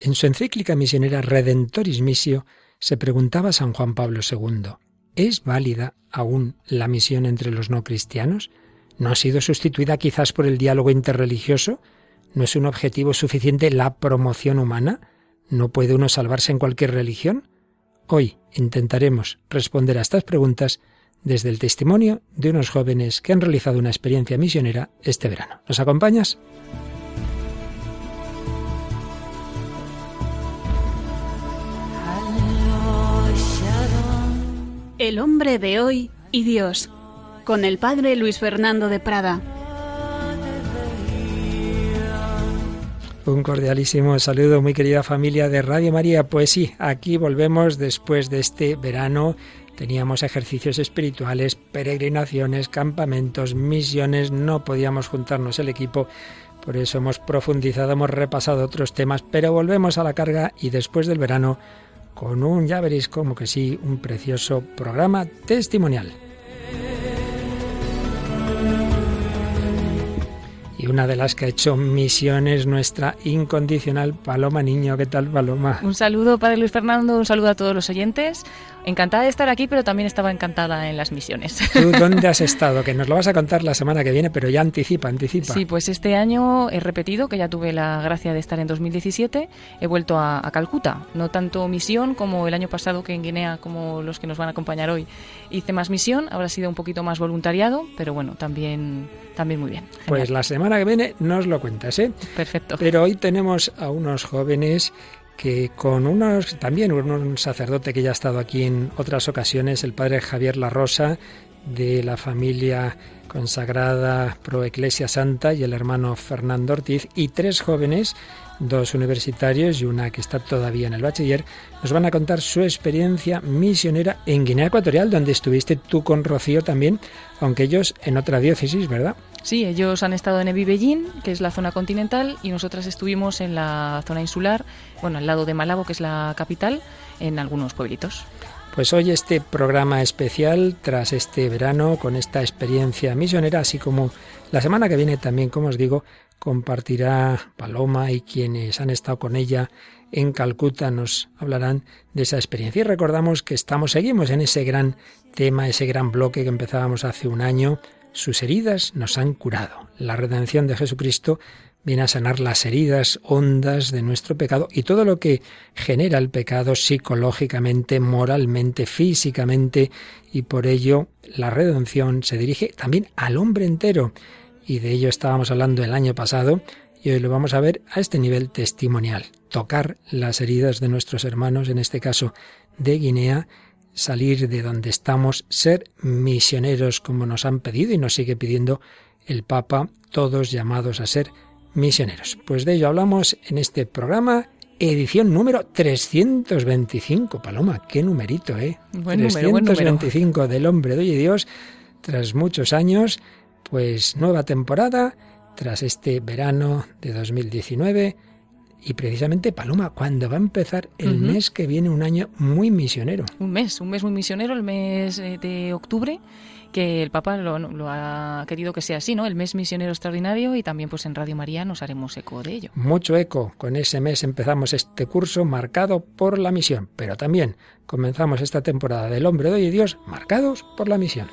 En su encíclica misionera Redemptoris Missio se preguntaba San Juan Pablo II, ¿es válida aún la misión entre los no cristianos? ¿No ha sido sustituida quizás por el diálogo interreligioso? ¿No es un objetivo suficiente la promoción humana? ¿No puede uno salvarse en cualquier religión? Hoy intentaremos responder a estas preguntas desde el testimonio de unos jóvenes que han realizado una experiencia misionera este verano. ¿Nos acompañas? El hombre de hoy y Dios, con el padre Luis Fernando de Prada. Un cordialísimo saludo, muy querida familia de Radio María. Pues sí, aquí volvemos después de este verano. Teníamos ejercicios espirituales, peregrinaciones, campamentos, misiones. No podíamos juntarnos el equipo, por eso hemos profundizado, hemos repasado otros temas, pero volvemos a la carga y después del verano con un, ya veréis como que sí, un precioso programa testimonial. Y una de las que ha hecho misiones, nuestra incondicional Paloma Niño. ¿Qué tal, Paloma? Un saludo, padre Luis Fernando, un saludo a todos los oyentes. Encantada de estar aquí, pero también estaba encantada en las misiones. ¿Tú dónde has estado? Que nos lo vas a contar la semana que viene, pero ya anticipa. Sí, pues este año he repetido, que ya tuve la gracia de estar en 2017, he vuelto a Calcuta. No tanto misión como el año pasado, que en Guinea, como los que nos van a acompañar hoy, hice más misión. Ahora ha sido un poquito más voluntariado, pero bueno, también muy bien. Genial. Pues la semana que viene nos lo cuentas, ¿eh? Perfecto. Pero hoy tenemos a unos jóvenes que con también un sacerdote que ya ha estado aquí en otras ocasiones, el padre Javier La Rosa, de la familia consagrada Pro Ecclesia Santa, y el hermano Fernando Ortiz, y 3 jóvenes, 2 universitarios y una que está todavía en el bachiller, nos van a contar su experiencia misionera en Guinea Ecuatorial, donde estuviste tú con Rocío también, aunque ellos en otra diócesis, ¿verdad? Sí, ellos han estado en Ebibellín, que es la zona continental, y nosotras estuvimos en la zona insular, bueno, al lado de Malabo, que es la capital, en algunos pueblitos. Pues hoy este programa especial, tras este verano, con esta experiencia misionera, así como la semana que viene también, como os digo, compartirá Paloma, y quienes han estado con ella en Calcuta nos hablarán de esa experiencia. Y recordamos que seguimos en ese gran tema, ese gran bloque que empezábamos hace un año. Sus heridas nos han curado. La redención de Jesucristo viene a sanar las heridas hondas de nuestro pecado y todo lo que genera el pecado psicológicamente, moralmente, físicamente, y por ello la redención se dirige también al hombre entero. Y de ello estábamos hablando el año pasado y hoy lo vamos a ver a este nivel testimonial. Tocar las heridas de nuestros hermanos, en este caso de Guinea, salir de donde estamos, ser misioneros como nos han pedido y nos sigue pidiendo el Papa, todos llamados a ser misioneros. Pues de ello hablamos en este programa, edición número 325. Paloma, qué numerito, ¿eh? Buen 325 número. Del hombre de hoy y Dios, tras muchos años, pues nueva temporada, tras este verano de 2019. Y precisamente, Paloma, ¿cuándo va a empezar el mes que viene, un año muy misionero? Un mes muy misionero, el mes de octubre, que el Papa lo ha querido que sea así, ¿no? El mes misionero extraordinario, y también pues en Radio María nos haremos eco de ello. Mucho eco. Con ese mes empezamos este curso marcado por la misión, pero también comenzamos esta temporada del Hombre de Hoy y Dios marcados por la misión.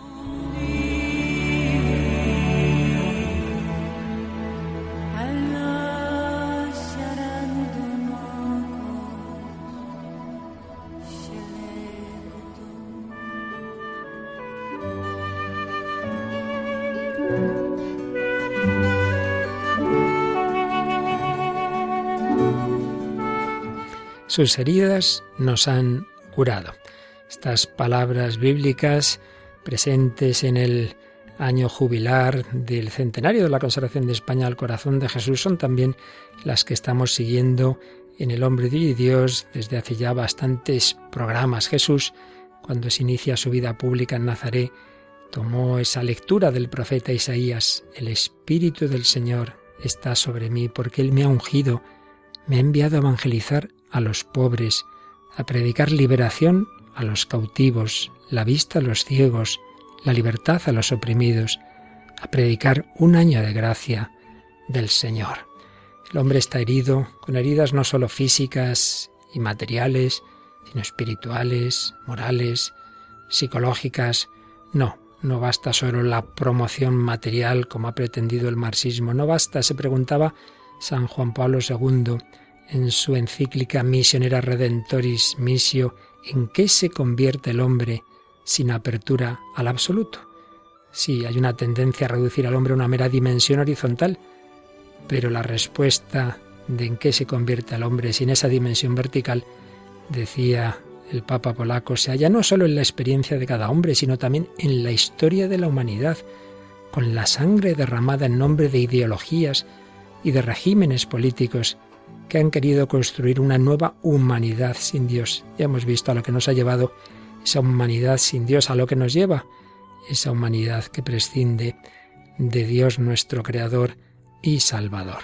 Sus heridas nos han curado. Estas palabras bíblicas presentes en el año jubilar del centenario de la consagración de España al corazón de Jesús son también las que estamos siguiendo en El Hombre de Hoy y Dios desde hace ya bastantes programas. Jesús, cuando se inicia su vida pública en Nazaret, tomó esa lectura del profeta Isaías: el Espíritu del Señor está sobre mí porque Él me ha ungido, me ha enviado a evangelizar a los pobres, a predicar liberación a los cautivos, la vista a los ciegos, la libertad a los oprimidos, a predicar un año de gracia del Señor. El hombre está herido, con heridas no solo físicas y materiales, sino espirituales, morales, psicológicas. No basta solo la promoción material como ha pretendido el marxismo. No basta, se preguntaba San Juan Pablo II en su encíclica Missionera Redentoris Missio, ¿en qué se convierte el hombre sin apertura al absoluto? Sí, hay una tendencia a reducir al hombre a una mera dimensión horizontal, pero la respuesta de en qué se convierte el hombre sin esa dimensión vertical, decía el Papa polaco, se halla no solo en la experiencia de cada hombre, sino también en la historia de la humanidad, con la sangre derramada en nombre de ideologías y de regímenes políticos que han querido construir una nueva humanidad sin Dios. Ya hemos visto a lo que nos ha llevado esa humanidad sin Dios, a lo que nos lleva esa humanidad que prescinde de Dios nuestro Creador y Salvador.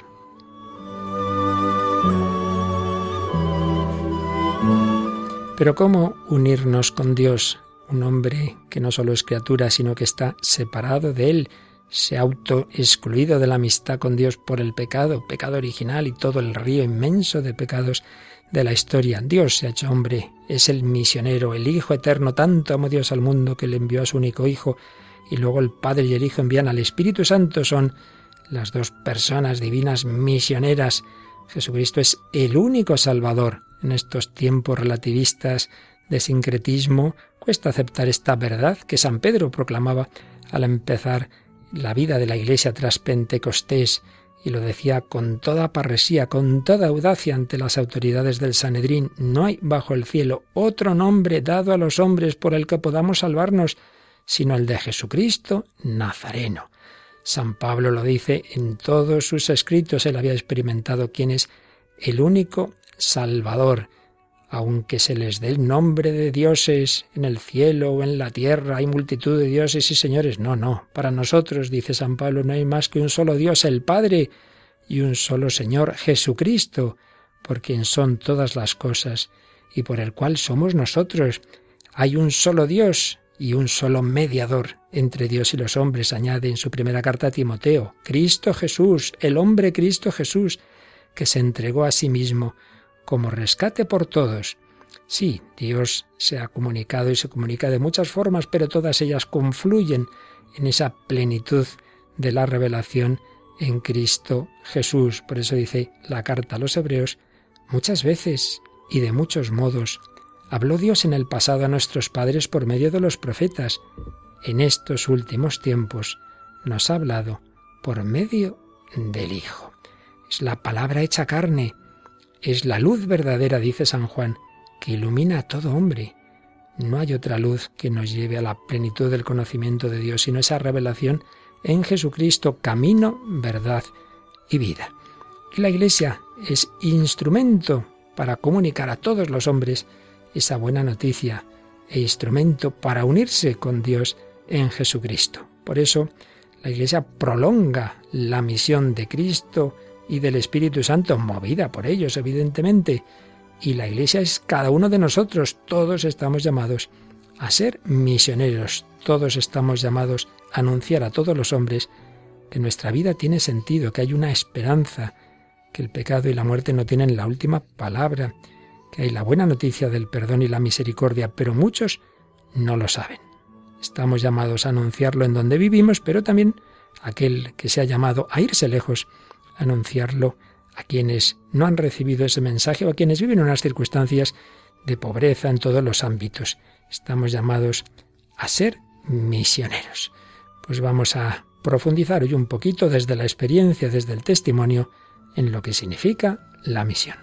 Pero ¿cómo unirnos con Dios? Un hombre que no solo es criatura, sino que está separado de Él, se ha autoexcluido de la amistad con Dios por el pecado original y todo el río inmenso de pecados de la historia. Dios se ha hecho hombre, es el misionero, el Hijo eterno. Tanto amó Dios al mundo que le envió a su único Hijo, y luego el Padre y el Hijo envían al Espíritu Santo. Son las dos personas divinas misioneras. Jesucristo es el único Salvador. En estos tiempos relativistas de sincretismo cuesta aceptar esta verdad que San Pedro proclamaba al empezar la vida de la Iglesia tras Pentecostés, y lo decía con toda parresía, con toda audacia ante las autoridades del Sanedrín: no hay bajo el cielo otro nombre dado a los hombres por el que podamos salvarnos, sino el de Jesucristo Nazareno. San Pablo lo dice en todos sus escritos, él había experimentado quién es el único Salvador. Aunque se les dé el nombre de dioses en el cielo o en la tierra, hay multitud de dioses y señores. No, para nosotros, dice San Pablo, no hay más que un solo Dios, el Padre, y un solo Señor, Jesucristo, por quien son todas las cosas y por el cual somos nosotros. Hay un solo Dios y un solo mediador entre Dios y los hombres, añade en su primera carta a Timoteo, Cristo Jesús, el hombre Cristo Jesús, que se entregó a sí mismo como rescate por todos. Sí, Dios se ha comunicado y se comunica de muchas formas, pero todas ellas confluyen en esa plenitud de la revelación en Cristo Jesús. Por eso dice la carta a los Hebreos: muchas veces y de muchos modos habló Dios en el pasado a nuestros padres por medio de los profetas. En estos últimos tiempos nos ha hablado por medio del Hijo. Es la palabra hecha carne. Es la luz verdadera, dice San Juan, que ilumina a todo hombre. No hay otra luz que nos lleve a la plenitud del conocimiento de Dios, sino esa revelación en Jesucristo, camino, verdad y vida. Y la Iglesia es instrumento para comunicar a todos los hombres esa buena noticia e instrumento para unirse con Dios en Jesucristo. Por eso, la Iglesia prolonga la misión de Cristo y del Espíritu Santo, movida por ellos, evidentemente. Y la Iglesia es cada uno de nosotros. Todos estamos llamados a ser misioneros. Todos estamos llamados a anunciar a todos los hombres que nuestra vida tiene sentido, que hay una esperanza, que el pecado y la muerte no tienen la última palabra, que hay la buena noticia del perdón y la misericordia, pero muchos no lo saben. Estamos llamados a anunciarlo en donde vivimos, pero también aquel que se ha llamado a irse lejos, anunciarlo a quienes no han recibido ese mensaje o a quienes viven unas circunstancias de pobreza en todos los ámbitos. Estamos llamados a ser misioneros. Pues vamos a profundizar hoy un poquito desde la experiencia, desde el testimonio, en lo que significa la misión.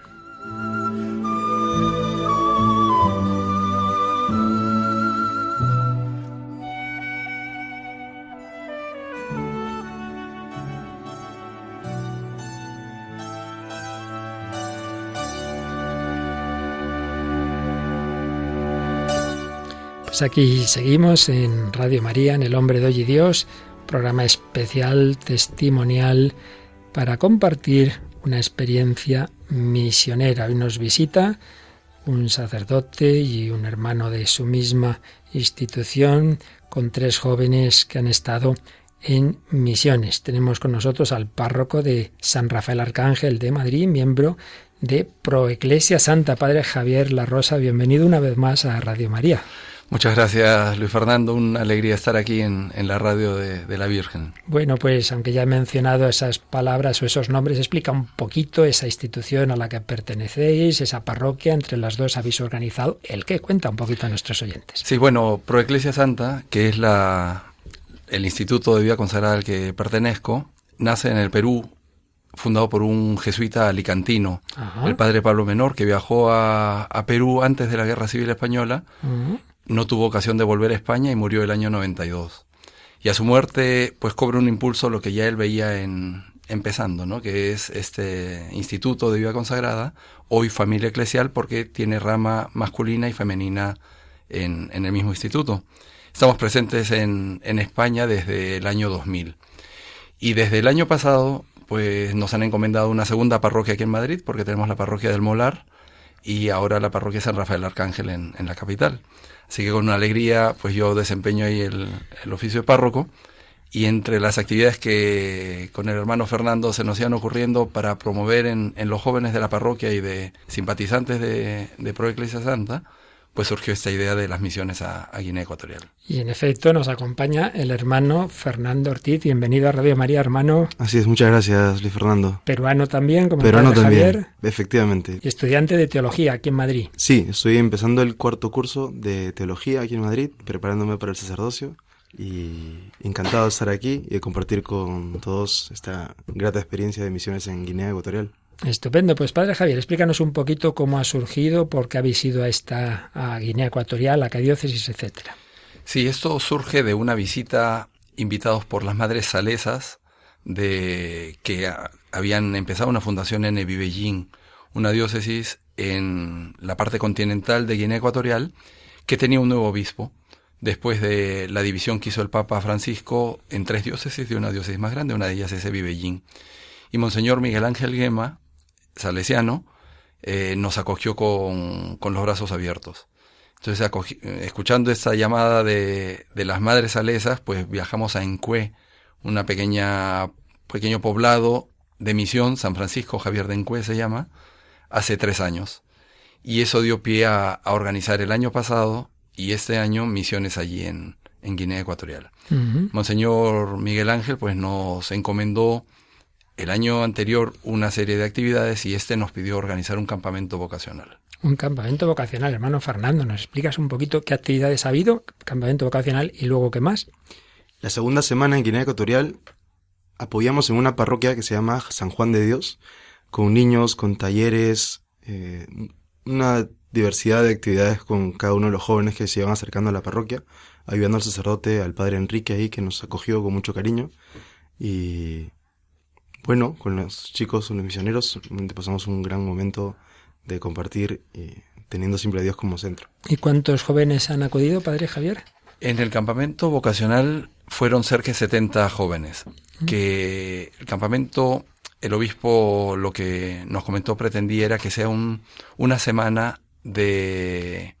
Pues aquí seguimos en Radio María, en El Hombre de Hoy y Dios, programa especial, testimonial, para compartir una experiencia misionera. Hoy nos visita un sacerdote y un hermano de su misma institución, con 3 jóvenes que han estado en Misiones. Tenemos con nosotros al párroco de San Rafael Arcángel de Madrid, miembro de Proeclesia Santa, Padre Javier La Rosa. Bienvenido una vez más a Radio María. Muchas gracias, Luis Fernando. Una alegría estar aquí en la radio de la Virgen. Bueno, pues aunque ya he mencionado esas palabras o esos nombres, explica un poquito esa institución a la que pertenecéis, esa parroquia. Entre las dos habéis organizado el qué. Cuenta un poquito a nuestros oyentes. Sí, bueno, Proeclesia Santa, que es el Instituto de Vida Consagrada al que pertenezco, nace en el Perú, fundado por un jesuita alicantino, el padre Pablo Menor, que viajó a Perú antes de la Guerra Civil Española. No tuvo ocasión de volver a España y murió el año 92. Y a su muerte, pues cobra un impulso lo que ya él veía empezando, ¿no? Que es este Instituto de Vida Consagrada, hoy Familia Eclesial, porque tiene rama masculina y femenina en el mismo instituto. Estamos presentes en España desde el año 2000. Y desde el año pasado, pues nos han encomendado una segunda parroquia aquí en Madrid, porque tenemos la parroquia del Molar y ahora la parroquia San Rafael Arcángel en la capital. Así que con una alegría, pues yo desempeño ahí el oficio de párroco, y entre las actividades que con el hermano Fernando se nos iban ocurriendo para promover en los jóvenes de la parroquia y de simpatizantes de Proeclesia Santa, pues surgió esta idea de las misiones a Guinea Ecuatorial. Y en efecto nos acompaña el hermano Fernando Ortiz. Bienvenido a Radio María, hermano. Así es, muchas gracias, Luis Fernando. Peruano también, como Peruano el padre también, Javier. Efectivamente. Y estudiante de teología aquí en Madrid. Sí, estoy empezando el 4º curso de teología aquí en Madrid, preparándome para el sacerdocio, y encantado de estar aquí y de compartir con todos esta grata experiencia de misiones en Guinea Ecuatorial. Estupendo. Pues padre Javier, explícanos un poquito cómo ha surgido, por qué habéis ido a Guinea Ecuatorial, a qué diócesis, etcétera. Sí, esto surge de una visita invitados por las madres salesas que habían empezado una fundación en Ebibellín, una diócesis en la parte continental de Guinea Ecuatorial, que tenía un nuevo obispo, después de la división que hizo el Papa Francisco en 3 diócesis, de una diócesis más grande, una de ellas es Ebibellín. Y Monseñor Miguel Ángel Guema, salesiano, nos acogió con los brazos abiertos. Entonces, escuchando esta llamada de las madres salesas, pues viajamos a Encue, una pequeño poblado de misión, San Francisco Javier de Encue se llama, hace 3 años. Y eso dio pie a organizar el año pasado y este año misiones allí en Guinea Ecuatorial. Monseñor Miguel Ángel pues nos encomendó el año anterior una serie de actividades y nos pidió organizar un campamento vocacional. Un campamento vocacional, hermano Fernando. ¿Nos explicas un poquito qué actividades ha habido? Campamento vocacional y luego qué más. La segunda semana en Guinea Ecuatorial apoyamos en una parroquia que se llama San Juan de Dios, con niños, con talleres, una diversidad de actividades con cada uno de los jóvenes que se iban acercando a la parroquia, ayudando al sacerdote, al padre Enrique ahí, que nos acogió con mucho cariño. Y bueno, con los chicos, con los misioneros, pasamos un gran momento de compartir y teniendo siempre a Dios como centro. ¿Y cuántos jóvenes han acudido, padre Javier? En el campamento vocacional fueron cerca de 70 jóvenes. Que el campamento, el obispo lo que nos comentó pretendía era que sea una semana de,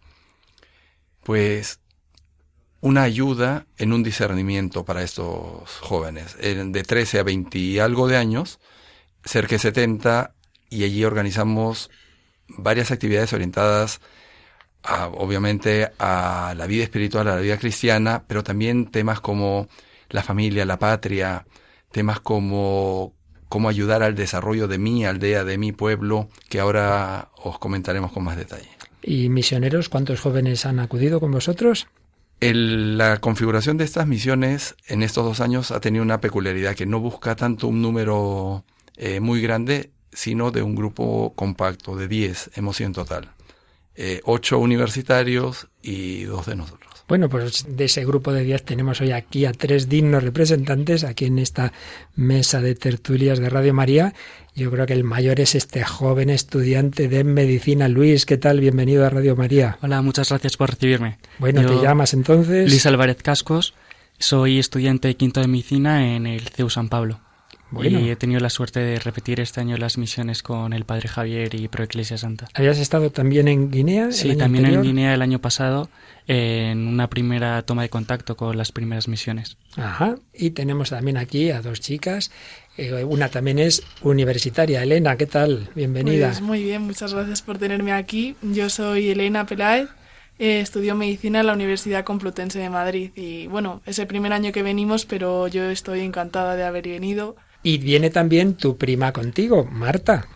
pues, una ayuda en un discernimiento para estos jóvenes, de 13 a 20 y algo de años, cerca de 70, y allí organizamos varias actividades orientadas obviamente a la vida espiritual, a la vida cristiana, pero también temas como la familia, la patria, temas como cómo ayudar al desarrollo de mi aldea, de mi pueblo, que ahora os comentaremos con más detalle. ¿Y misioneros, cuántos jóvenes han acudido con vosotros? La configuración de estas misiones en estos 2 años ha tenido una peculiaridad que no busca tanto un número muy grande, sino de un grupo compacto, de 10 hemos sido en total. 8 universitarios y 2 de nosotros. Bueno, pues de ese grupo de 10 tenemos hoy aquí a 3 dignos representantes, aquí en esta mesa de tertulias de Radio María. Yo creo que el mayor es este joven estudiante de medicina. Luis, ¿qué tal? Bienvenido a Radio María. Hola, muchas gracias por recibirme. Bueno, ¿te llamas entonces? Luis Álvarez Cascos, soy estudiante de 5º de medicina en el CEU San Pablo. Bueno. Y he tenido la suerte de repetir este año las misiones con el Padre Javier y Pro Ecclesia Santa. ¿Habías estado también en Guinea? Sí, también anterior? En Guinea el año pasado, en una primera toma de contacto con las primeras misiones. Ajá, y tenemos también aquí a dos chicas. Una también es universitaria. Elena, ¿qué tal? Bienvenida. Pues muy bien, muchas gracias por tenerme aquí. Yo soy Elena Peláez, estudio medicina en la Universidad Complutense de Madrid y bueno, es el primer año que venimos, pero yo estoy encantada de haber venido. Y viene también tu prima contigo, Marta.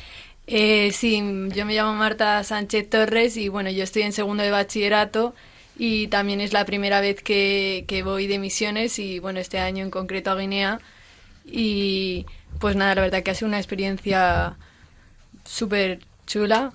Sí, yo me llamo Marta Sánchez Torres y bueno, yo estoy en segundo de bachillerato y también es la primera vez que voy de misiones y bueno, este año en concreto a Guinea. Y pues nada, la verdad que ha sido una experiencia súper chula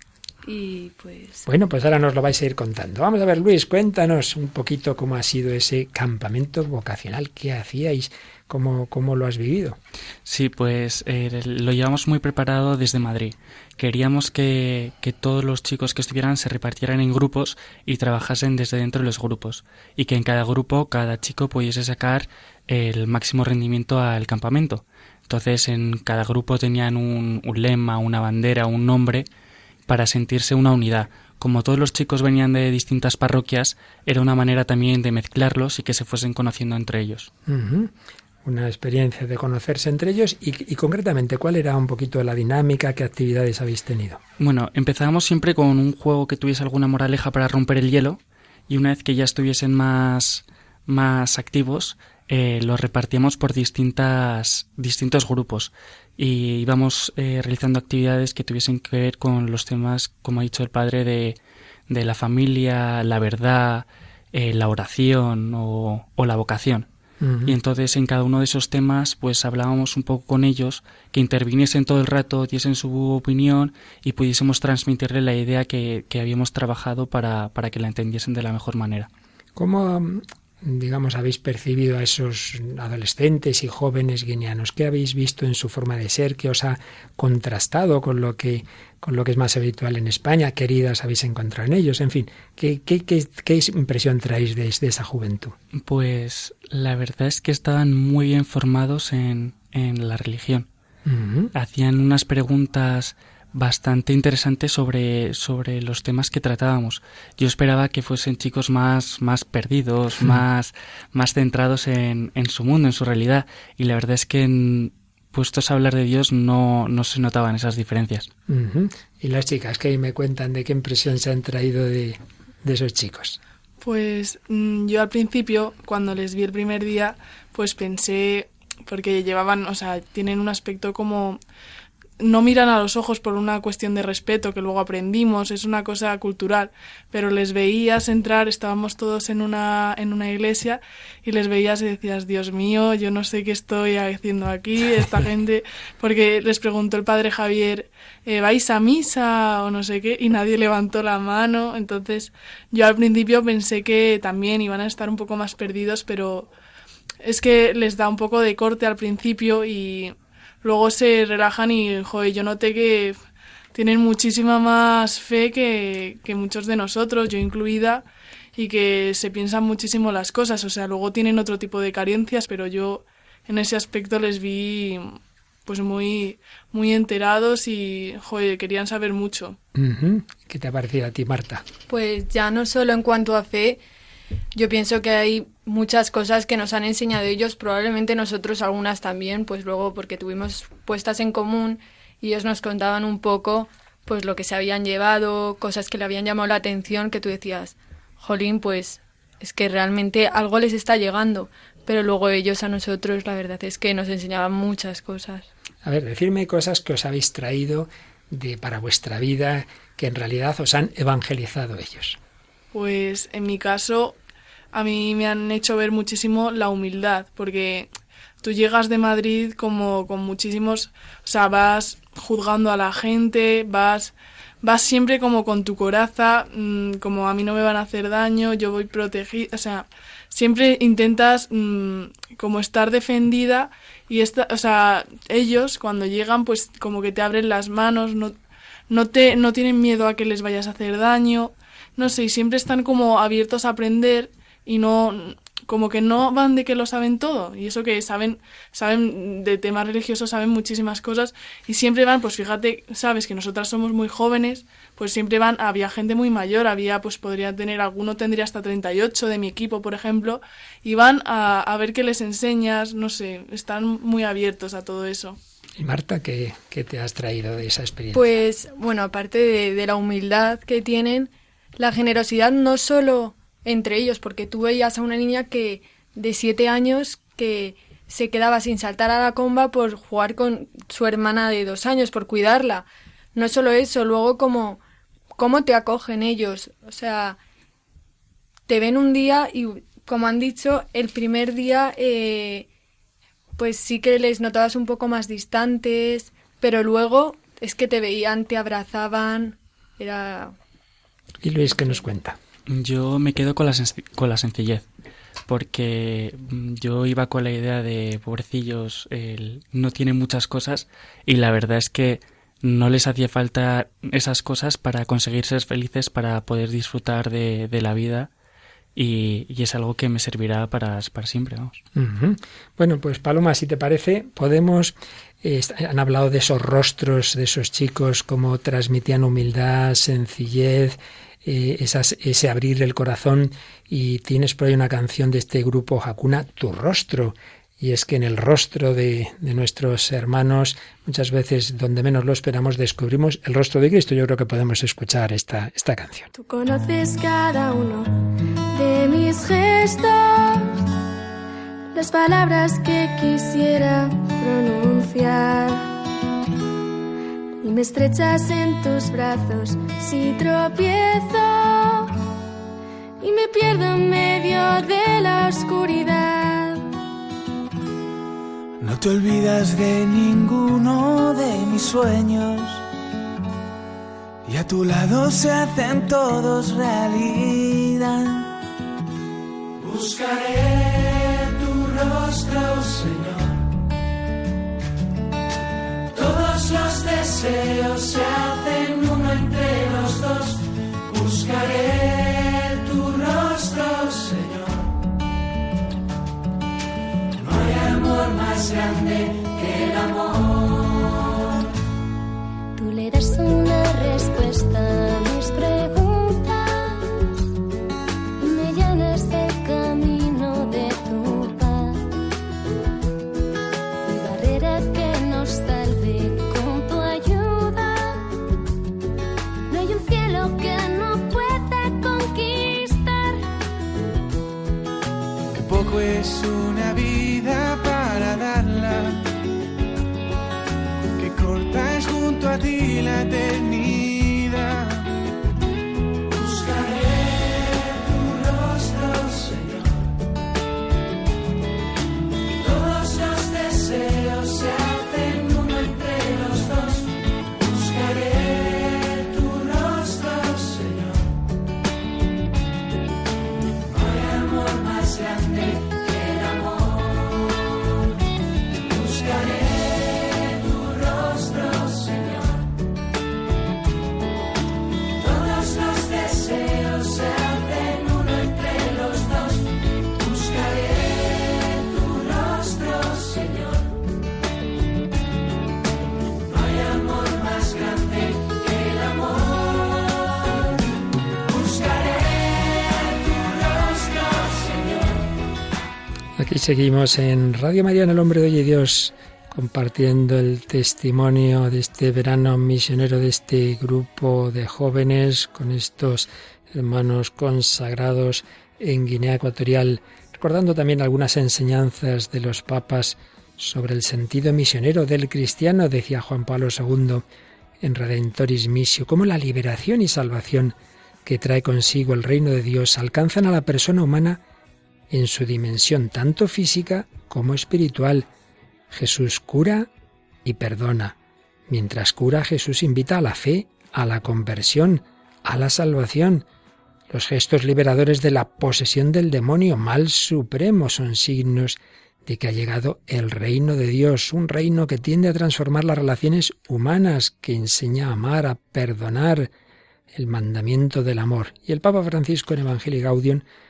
y pues... Bueno, pues ahora nos lo vais a ir contando. Vamos a ver, Luis, cuéntanos un poquito cómo ha sido ese campamento vocacional, qué hacíais, cómo lo has vivido. Sí, pues lo llevamos muy preparado desde Madrid. Queríamos que todos los chicos que estuvieran se repartieran en grupos y trabajasen desde dentro de los grupos y que en cada grupo cada chico pudiese sacar el máximo rendimiento al campamento. Entonces en cada grupo tenían un lema, una bandera, un nombre para sentirse una unidad. Como todos los chicos venían de distintas parroquias, era una manera también de mezclarlos y que se fuesen conociendo entre ellos. Uh-huh. Una experiencia de conocerse entre ellos y concretamente, ¿cuál era un poquito la dinámica? ¿Qué actividades habéis tenido? Bueno, empezábamos siempre con un juego que tuviese alguna moraleja para romper el hielo y una vez que ya estuviesen más activos, los repartíamos por distintos grupos y íbamos realizando actividades que tuviesen que ver con los temas, como ha dicho el padre, de la familia, la verdad, la oración o la vocación. Uh-huh. Y entonces en cada uno de esos temas pues hablábamos un poco con ellos, que interviniesen todo el rato, diesen su opinión y pudiésemos transmitirle la idea que habíamos trabajado para que la entendiesen de la mejor manera. ¿Cómo, digamos, habéis percibido a esos adolescentes y jóvenes guineanos? ¿Qué habéis visto en su forma de ser? ¿Qué os ha contrastado con lo que es más habitual en España? ¿Qué heridas habéis encontrado en ellos? En fin, ¿qué impresión traéis de esa juventud? Pues la verdad es que estaban muy bien formados en la religión. Uh-huh. Hacían unas preguntas bastante interesantes sobre los temas que tratábamos. Yo esperaba que fuesen chicos más perdidos, más centrados en su mundo, en su realidad, y la verdad es que puestos a hablar de Dios no se notaban esas diferencias. Uh-huh. ¿Y las chicas qué me cuentan? ¿De qué impresión se han traído de esos chicos? Pues yo al principio, cuando les vi el primer día, pues pensé, porque tienen un aspecto como... No miran a los ojos por una cuestión de respeto que luego aprendimos, es una cosa cultural, pero les veías entrar, estábamos todos en una iglesia y les veías y decías, Dios mío, yo no sé qué estoy haciendo aquí, esta gente, porque les preguntó el padre Javier, ¿vais a misa o no sé qué? Y nadie levantó la mano, entonces yo al principio pensé que también iban a estar un poco más perdidos, pero es que les da un poco de corte al principio y... Luego se relajan y, yo noté que tienen muchísima más fe que muchos de nosotros, yo incluida, y que se piensan muchísimo las cosas. O sea, luego tienen otro tipo de carencias, pero yo en ese aspecto les vi pues muy, muy enterados y, querían saber mucho. Uh-huh. ¿Qué te ha parecido a ti, Marta? Pues ya no solo en cuanto a fe, yo pienso que hay muchas cosas que nos han enseñado ellos, probablemente nosotros algunas también, pues luego porque tuvimos puestas en común y ellos nos contaban un poco pues lo que se habían llevado, cosas que le habían llamado la atención, que tú decías, jolín, pues es que realmente algo les está llegando, pero luego ellos a nosotros la verdad es que nos enseñaban muchas cosas. A ver, decirme cosas que os habéis traído para vuestra vida, que en realidad os han evangelizado ellos. Pues en mi caso, a mí me han hecho ver muchísimo la humildad, porque tú llegas de Madrid como con muchísimos, vas juzgando a la gente, vas siempre como con tu coraza, como a mí no me van a hacer daño, yo voy protegida, siempre intentas como estar defendida y ellos cuando llegan pues como que te abren las manos, no tienen miedo a que les vayas a hacer daño. No sé, y siempre están como abiertos a aprender y no como que no van de que lo saben todo, y eso que saben de temas religiosos, saben muchísimas cosas, y siempre van, pues fíjate, sabes que nosotras somos muy jóvenes, pues siempre van, había gente muy mayor, pues podría tener, alguno tendría hasta 38 de mi equipo, por ejemplo, y van a ver qué les enseñas, no sé, están muy abiertos a todo eso. Y Marta, ¿qué te has traído de esa experiencia? Pues, bueno, aparte de la humildad que tienen, la generosidad no solo entre ellos, porque tú veías a una niña de 7 años que se quedaba sin saltar a la comba por jugar con su hermana de 2 años, por cuidarla. No solo eso, luego cómo te acogen ellos. O sea, te ven un día y, como han dicho, el primer día pues sí que les notabas un poco más distantes, pero luego es que te veían, te abrazaban, era... ¿Y Luis qué nos cuenta? Yo me quedo con la sencillez, porque yo iba con la idea de, pobrecillos, no tienen muchas cosas, y la verdad es que no les hacía falta esas cosas para conseguir ser felices, para poder disfrutar de la vida, y es algo que me servirá para siempre, vamos. Uh-huh. Bueno, pues Paloma, si te parece, podemos... han hablado de esos rostros, de esos chicos, cómo transmitían humildad, sencillez, ese abrir el corazón, y tienes por ahí una canción de este grupo Hakuna, Tu Rostro. Y es que en el rostro de nuestros hermanos, muchas veces donde menos lo esperamos, descubrimos el rostro de Cristo. Yo creo que podemos escuchar esta canción. Tú conoces cada uno de mis gestos, las palabras que quisiera pronunciar, y me estrechas en tus brazos si tropiezo y me pierdo en medio de la oscuridad. No te olvidas de ninguno de mis sueños, y a tu lado se hacen todos realidad. Buscaré tu rostro, Señor. Todos los deseos se hacen uno entre los dos. Buscaré tu rostro, Señor. No hay amor más grande que el amor. Tú le das una respuesta a mis preguntas y me llenas el camino de tu paz. Mi barrera que nos salve con tu ayuda. No hay un cielo que no pueda conquistar. Que poco es una vida para darla, que corta es junto a ti la eternidad. Buscaré tu rostro, Señor. Todos los deseos se hacen uno entre los dos. Buscaré tu rostro, Señor. No hay amor más grande que el amor. Buscaré tu rostro, Señor. Todos los deseos se hacen uno entre los dos. Buscaré tu rostro, Señor. No hay amor más grande que el amor. Buscaré tu rostro, Señor. Aquí seguimos en Radio María, en El Hombre de Hoy y Dios, compartiendo el testimonio de este verano misionero de este grupo de jóvenes con estos hermanos consagrados en Guinea Ecuatorial, recordando también algunas enseñanzas de los papas sobre el sentido misionero del cristiano. Decía Juan Pablo II en Redentoris Missio, cómo la liberación y salvación que trae consigo el reino de Dios alcanzan a la persona humana en su dimensión tanto física como espiritual. Jesús cura y perdona. Mientras cura, Jesús invita a la fe, a la conversión, a la salvación. Los gestos liberadores de la posesión del demonio, mal supremo, son signos de que ha llegado el reino de Dios, un reino que tiende a transformar las relaciones humanas, que enseña a amar, a perdonar, el mandamiento del amor. Y el Papa Francisco en Evangelii Gaudium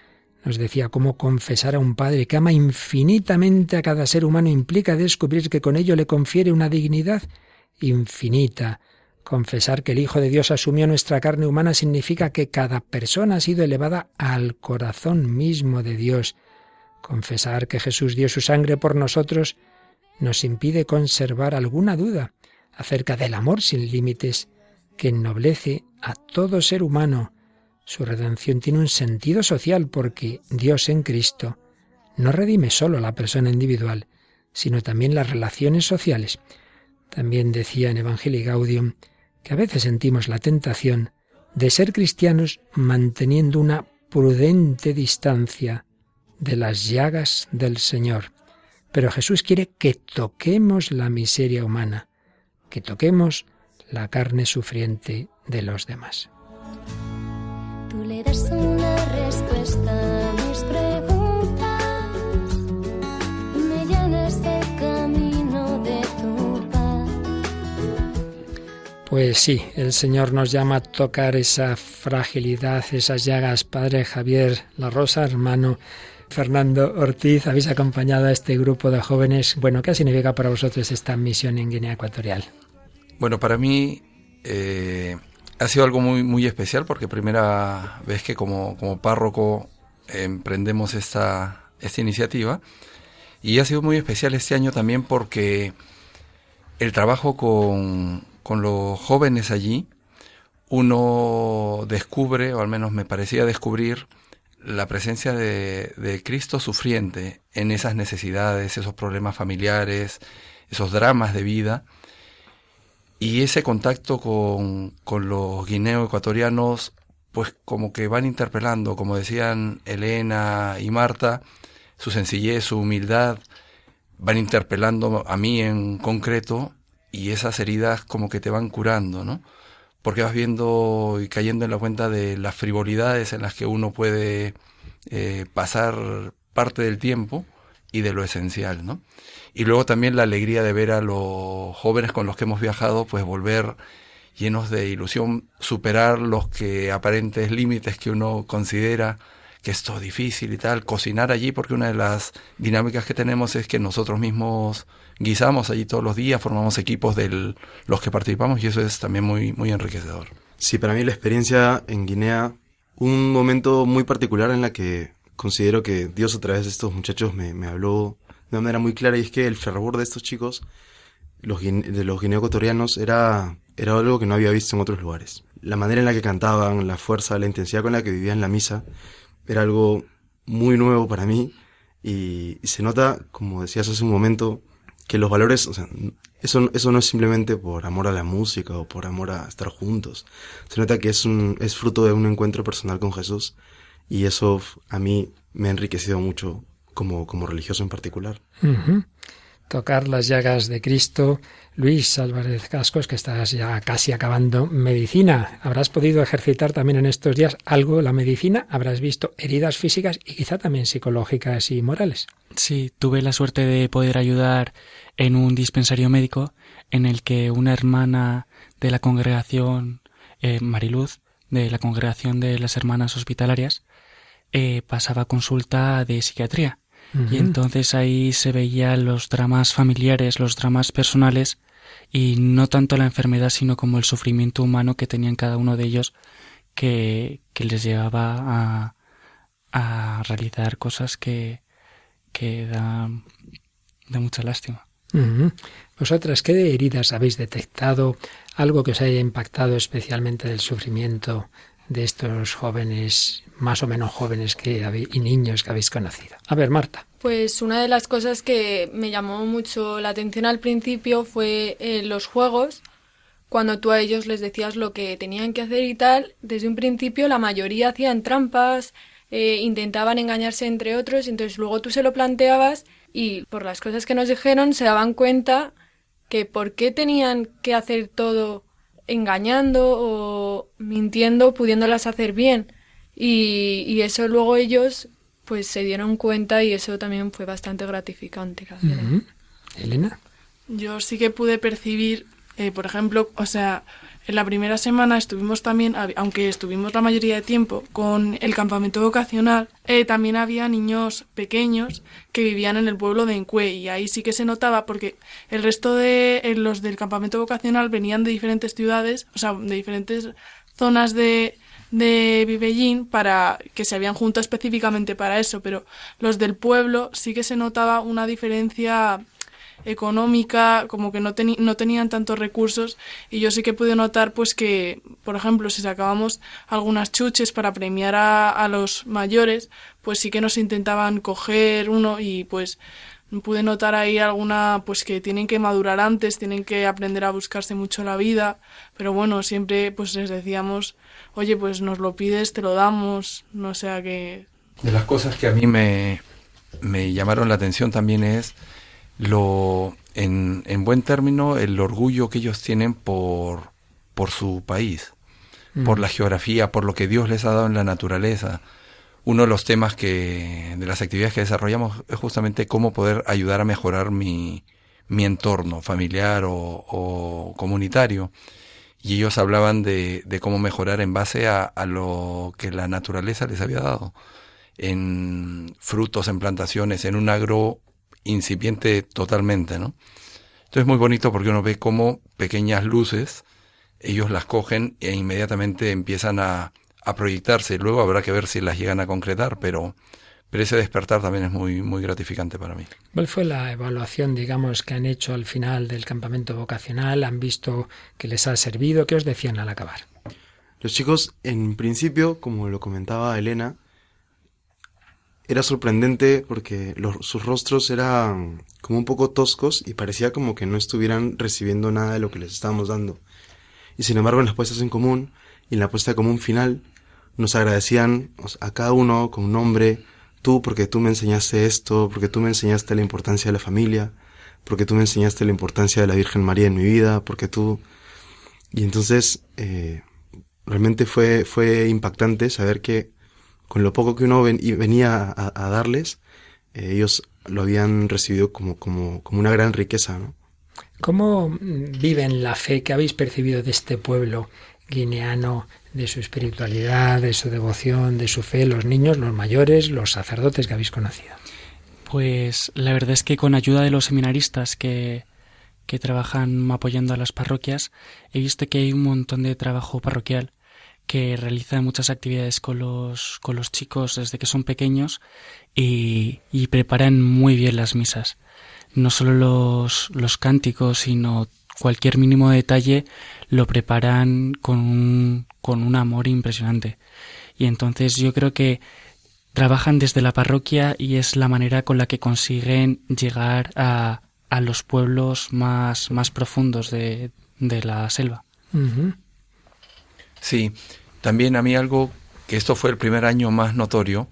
Nos decía cómo confesar a un Padre que ama infinitamente a cada ser humano implica descubrir que con ello le confiere una dignidad infinita. Confesar que el Hijo de Dios asumió nuestra carne humana significa que cada persona ha sido elevada al corazón mismo de Dios. Confesar que Jesús dio su sangre por nosotros nos impide conservar alguna duda acerca del amor sin límites que ennoblece a todo ser humano. Su redención tiene un sentido social porque Dios en Cristo no redime solo a la persona individual, sino también las relaciones sociales. También decía en Evangelii Gaudium que a veces sentimos la tentación de ser cristianos manteniendo una prudente distancia de las llagas del Señor. Pero Jesús quiere que toquemos la miseria humana, que toquemos la carne sufriente de los demás. Tú le das una respuesta a mis preguntas y me llenas el camino de tu paz. Pues sí, el Señor nos llama a tocar esa fragilidad, esas llagas. Padre Javier La Rosa, hermano Fernando Ortiz, habéis acompañado a este grupo de jóvenes. Bueno, ¿qué significa para vosotros esta misión en Guinea Ecuatorial? Bueno, para mí ha sido algo muy, muy especial porque primera vez que como párroco emprendemos esta iniciativa, y ha sido muy especial este año también porque el trabajo con los jóvenes allí, uno descubre, o al menos me parecía descubrir, la presencia de Cristo sufriente en esas necesidades, esos problemas familiares, esos dramas de vida. Y ese contacto con los guineo-ecuatorianos, pues como que van interpelando, como decían Elena y Marta, su sencillez, su humildad, van interpelando a mí en concreto, y esas heridas como que te van curando, ¿no? Porque vas viendo y cayendo en la cuenta de las frivolidades en las que uno puede pasar parte del tiempo y de lo esencial, ¿no? Y luego también la alegría de ver a los jóvenes con los que hemos viajado, pues volver llenos de ilusión, superar los aparentes límites que uno considera que esto es difícil y tal, cocinar allí, porque una de las dinámicas que tenemos es que nosotros mismos guisamos allí todos los días, formamos equipos de los que participamos, y eso es también muy, muy enriquecedor. Sí, para mí la experiencia en Guinea, un momento muy particular en la que considero que Dios a través de estos muchachos me habló de una manera muy clara, y es que el fervor de estos chicos, de los guineo-ecuatorianos, era algo que no había visto en otros lugares. La manera en la que cantaban, la fuerza, la intensidad con la que vivían la misa, era algo muy nuevo para mí, y se nota, como decías hace un momento, que los valores, o sea, eso no es simplemente por amor a la música o por amor a estar juntos. Se nota que es fruto de un encuentro personal con Jesús, y eso a mí me ha enriquecido mucho como religioso en particular. Uh-huh. Tocar las llagas de Cristo. Luis Álvarez Cascos, que estás ya casi acabando medicina, ¿habrás podido ejercitar también en estos días algo la medicina? ¿Habrás visto heridas físicas y quizá también psicológicas y morales? Sí, tuve la suerte de poder ayudar en un dispensario médico en el que una hermana de la congregación, Mariluz, de la congregación de las hermanas hospitalarias, pasaba consulta de psiquiatría. Y entonces ahí se veían los dramas familiares, los dramas personales, y no tanto la enfermedad, sino como el sufrimiento humano que tenían cada uno de ellos, que les llevaba a realizar cosas que da mucha lástima. ¿Vosotras qué heridas habéis detectado? ¿Algo que os haya impactado especialmente del sufrimiento de estos jóvenes, más o menos jóvenes y niños que habéis conocido? A ver, Marta. Pues una de las cosas que me llamó mucho la atención al principio fue los juegos. Cuando tú a ellos les decías lo que tenían que hacer y tal, desde un principio la mayoría hacían trampas, intentaban engañarse entre otros, entonces luego tú se lo planteabas y por las cosas que nos dijeron se daban cuenta que por qué tenían que hacer todo engañando o mintiendo, pudiéndolas hacer bien. Y eso luego ellos pues se dieron cuenta, y eso también fue bastante gratificante. ¿Elena? Yo sí que pude percibir, por ejemplo, o sea, en la primera semana estuvimos también, aunque estuvimos la mayoría de tiempo con el campamento vocacional, también había niños pequeños que vivían en el pueblo de Encue, y ahí sí que se notaba porque el resto de los del campamento vocacional venían de diferentes ciudades, o sea, de diferentes zonas de Vivellín, para que se habían juntado específicamente para eso, pero los del pueblo sí que se notaba una diferencia económica, como que no tenían tantos recursos, y yo sí que pude notar pues que, por ejemplo, si sacábamos algunas chuches para premiar a los mayores, pues sí que nos intentaban coger uno, y pues pude notar ahí alguna, pues que tienen que madurar antes, tienen que aprender a buscarse mucho la vida, pero bueno, siempre pues les decíamos, oye, pues nos lo pides, te lo damos, no sea que... De las cosas que a mí me llamaron la atención también es en buen término, el orgullo que ellos tienen por su país, por la geografía, por lo que Dios les ha dado en la naturaleza. Uno de los temas de las actividades que desarrollamos es justamente cómo poder ayudar a mejorar mi entorno familiar o comunitario. Y ellos hablaban de cómo mejorar en base a lo que la naturaleza les había dado, en frutos, en plantaciones, en un agro incipiente totalmente, ¿no? Entonces es muy bonito porque uno ve cómo pequeñas luces, ellos las cogen e inmediatamente empiezan a proyectarse. Luego habrá que ver si las llegan a concretar, pero ese despertar también es muy, muy gratificante para mí. ¿Cuál fue la evaluación, digamos, que han hecho al final del campamento vocacional? ¿Han visto que les ha servido? ¿Qué os decían al acabar? Los chicos, en principio, como lo comentaba Elena, era sorprendente porque sus rostros eran como un poco toscos y parecía como que no estuvieran recibiendo nada de lo que les estábamos dando. Y sin embargo, en las puestas en común y en la puesta en común final, nos agradecían a cada uno con un nombre: tú porque tú me enseñaste esto, porque tú me enseñaste la importancia de la familia, porque tú me enseñaste la importancia de la Virgen María en mi vida, porque tú... Y entonces realmente fue impactante saber que con lo poco que uno venía a darles, ellos lo habían recibido como una gran riqueza, ¿no? ¿Cómo viven la fe que habéis percibido de este pueblo guineano, de su espiritualidad, de su devoción, de su fe, los niños, los mayores, los sacerdotes que habéis conocido? Pues la verdad es que con ayuda de los seminaristas que trabajan apoyando a las parroquias, he visto que hay un montón de trabajo parroquial que realiza muchas actividades con los chicos desde que son pequeños y preparan muy bien las misas. No solo los cánticos, sino cualquier mínimo detalle lo preparan con un amor impresionante. Y entonces yo creo que trabajan desde la parroquia y es la manera con la que consiguen llegar a los pueblos más profundos de la selva. Uh-huh. Sí, también a mí algo, que esto fue el primer año más notorio,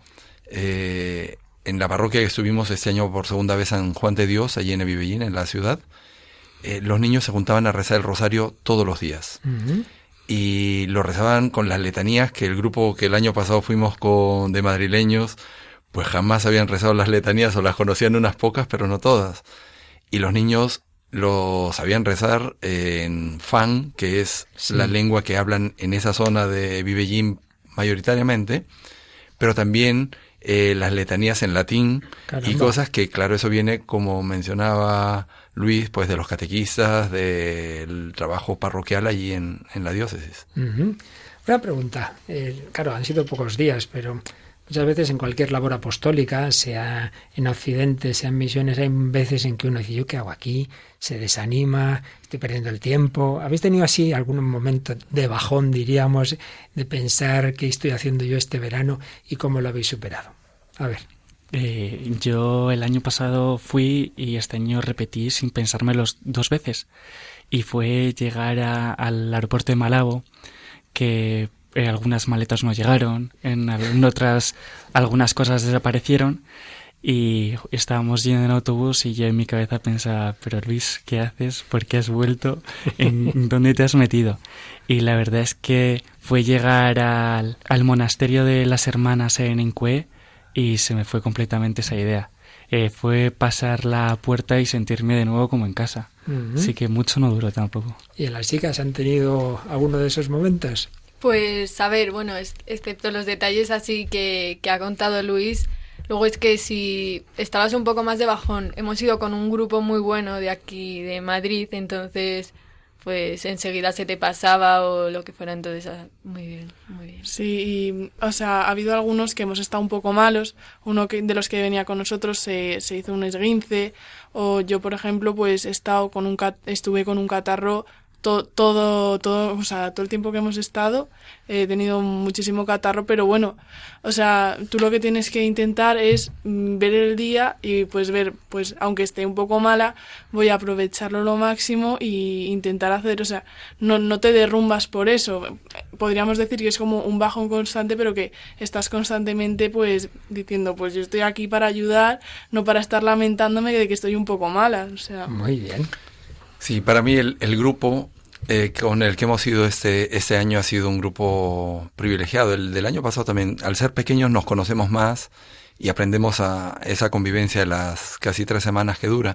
en la parroquia que estuvimos este año por segunda vez, San Juan de Dios, allí en Vivellín, en la ciudad, los niños se juntaban a rezar el rosario todos los días. Uh-huh. Y lo rezaban con las letanías que el grupo que el año pasado fuimos de madrileños, pues jamás habían rezado las letanías o las conocían unas pocas, pero no todas. Y los niños lo sabían rezar en Fang, que es la lengua que hablan en esa zona de Vivellín mayoritariamente, pero también las letanías en latín. Caramba. Y cosas que, claro, eso viene, como mencionaba Luis, pues de los catequistas, del trabajo parroquial allí en la diócesis. Uh-huh. Una pregunta, claro, han sido pocos días, pero muchas veces en cualquier labor apostólica, sea en Occidente, sea en misiones, hay veces en que uno dice, ¿yo qué hago aquí? Se desanima, estoy perdiendo el tiempo. ¿Habéis tenido así algún momento de bajón, diríamos, de pensar qué estoy haciendo yo este verano y cómo lo habéis superado? A ver. Yo el año pasado fui y este año repetí sin pensármelo 2 veces. Y fue llegar al aeropuerto de Malabo, que algunas maletas no llegaron, en otras algunas cosas desaparecieron y estábamos yendo en autobús y yo en mi cabeza pensaba, pero Luis, ¿qué haces? ¿Por qué has vuelto? ¿En dónde te has metido? Y la verdad es que fue llegar al monasterio de las hermanas en Encue y se me fue completamente esa idea. fue pasar la puerta y sentirme de nuevo como en casa. Así que mucho no duró tampoco. ¿Y las chicas han tenido alguno de esos momentos? Pues a ver, bueno, excepto los detalles así que ha contado Luis, luego es que si estabas un poco más de bajón, hemos ido con un grupo muy bueno de aquí, de Madrid, entonces pues enseguida se te pasaba o lo que fuera, entonces muy bien, muy bien. Sí, o sea, ha habido algunos que hemos estado un poco malos, de los que venía con nosotros se hizo un esguince, o yo, por ejemplo, pues estuve con un catarro todo, o sea, todo el tiempo que hemos estado he tenido muchísimo catarro, pero bueno, o sea, tú lo que tienes que intentar es ver el día y pues ver, pues aunque esté un poco mala, voy a aprovecharlo lo máximo y intentar hacer, o sea, no te derrumbas por eso. Podríamos decir que es como un bajón constante, pero que estás constantemente pues diciendo, pues yo estoy aquí para ayudar, no para estar lamentándome de que estoy un poco mala, o sea. Muy bien. Sí, para mí el grupo con el que hemos ido este año ha sido un grupo privilegiado. El del año pasado también, al ser pequeños nos conocemos más y aprendemos a esa convivencia de las casi 3 semanas que dura.